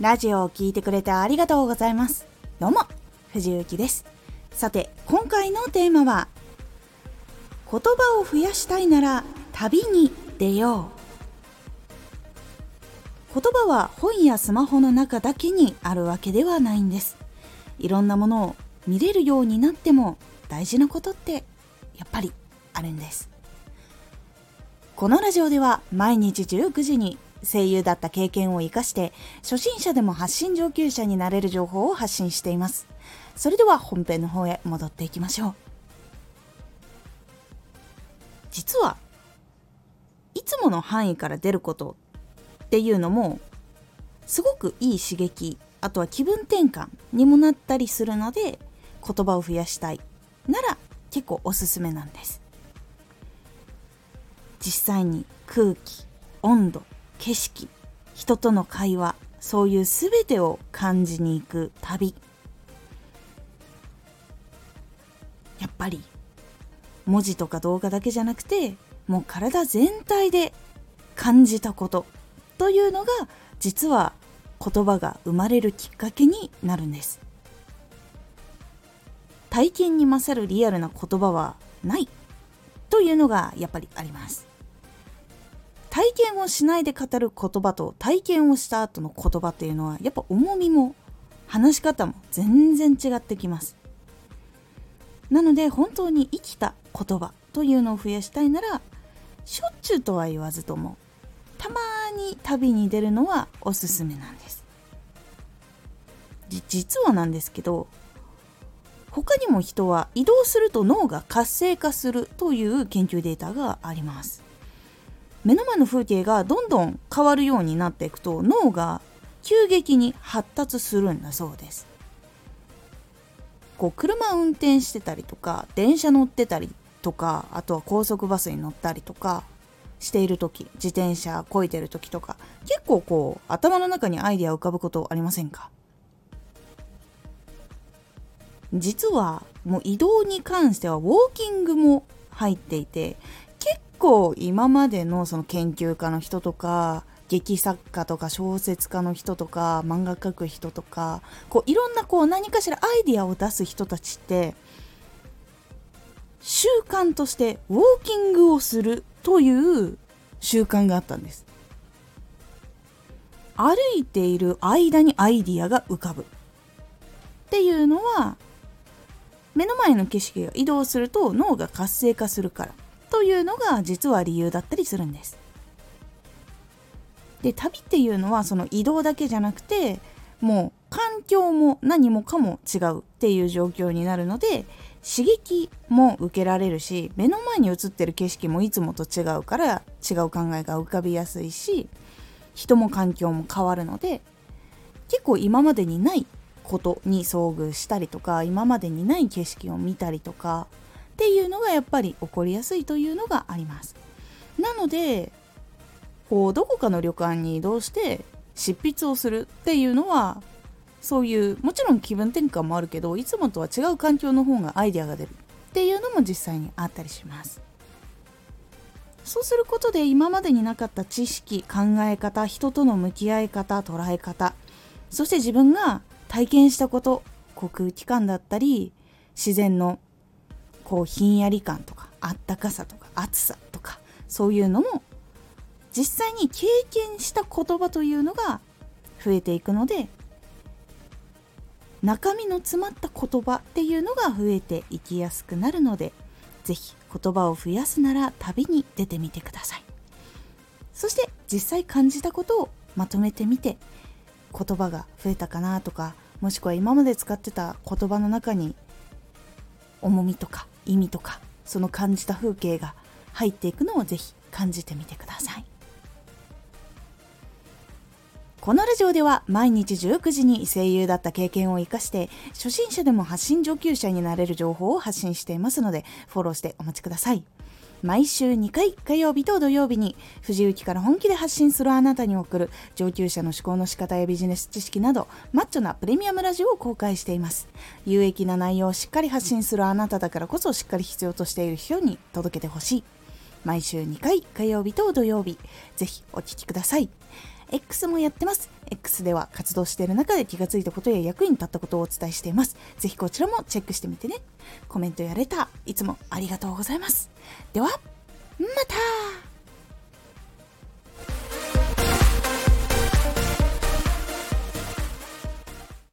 ラジオを聞いてくれてありがとうございます。どうも藤幸です。さて今回のテーマは、言葉を増やしたいなら旅に出よう。言葉は本やスマホの中だけにあるわけではないんです。いろんなものを見れるようになっても大事なことってやっぱりあるんです。このラジオでは毎日19時に声優だった経験を生かして初心者でも発信上級者になれる情報を発信しています。それでは本編の方へ戻っていきましょう。実はいつもの範囲から出ることっていうのもすごくいい刺激、あとは気分転換にもなったりするので、言葉を増やしたいなら結構おすすめなんです。実際に空気、温度、景色、人との会話、そういうすべてを感じに行く旅。やっぱり文字とか動画だけじゃなくて、もう体全体で感じたことというのが実は言葉が生まれるきっかけになるんです。体験に勝るリアルな言葉はないというのがやっぱりあります。体験をしないで語る言葉と体験をした後の言葉っていうのはやっぱ重みも話し方も全然違ってきます。なので本当に生きた言葉というのを増やしたいなら、しょっちゅうとは言わずともたまに旅に出るのはおすすめなんです。実はなんですけど、他にも人は移動すると脳が活性化するという研究データがあります。目の前の風景がどんどん変わるようになっていくと脳が急激に発達するんだそうです。車運転してたりとか電車乗ってたりとか、あとは高速バスに乗ったりとかしているとき、自転車漕いでるときとか、結構頭の中にアイデア浮かぶことありませんか？実はもう移動に関してはウォーキングも入っていて、結構今までのその研究家の人とか劇作家とか小説家の人とか漫画描く人とか、いろんな何かしらアイディアを出す人たちって習慣としてウォーキングをするという習慣があったんです。歩いている間にアイディアが浮かぶっていうのは、目の前の景色が移動すると脳が活性化するからというのが実は理由だったりするんです。で、旅っていうのはその移動だけじゃなくて、もう環境も何もかも違うっていう状況になるので、刺激も受けられるし、目の前に映ってる景色もいつもと違うから違う考えが浮かびやすいし、人も環境も変わるので、結構今までにないことに遭遇したりとか、今までにない景色を見たりとかっていうのがやっぱり起こりやすいというのがあります。なのでどこかの旅館に移動して執筆をするっていうのは、そういうもちろん気分転換もあるけど、いつもとは違う環境の方がアイデアが出るっていうのも実際にあったりします。そうすることで今までになかった知識、考え方、人との向き合い方、捉え方、そして自分が体験したこと、空気感だったり自然のひんやり感とかあったかさとか暑さとか、そういうのも実際に経験した言葉というのが増えていくので、中身の詰まった言葉っていうのが増えていきやすくなるので、ぜひ言葉を増やすなら旅に出てみてください。そして実際感じたことをまとめてみて、言葉が増えたかなとか、もしくは今まで使ってた言葉の中に重みとか意味とか、その感じた風景が入っていくのをぜひ感じてみてください。このラジオでは毎日19時に声優だった経験を生かして初心者でも発信上級者になれる情報を発信していますので、フォローしてお待ちください。毎週2回、火曜日と土曜日に藤幸から本気で発信するあなたに送る上級者の思考の仕方やビジネス知識などマッチョなプレミアムラジオを公開しています。有益な内容をしっかり発信するあなただからこそ、しっかり必要としている人に届けてほしい。毎週2回、火曜日と土曜日、ぜひお聞きください。 X もやってます。X では活動している中で気がついたことや役に立ったことをお伝えしています。ぜひこちらもチェックしてみてね。コメントやレターいつもありがとうございます。ではまた。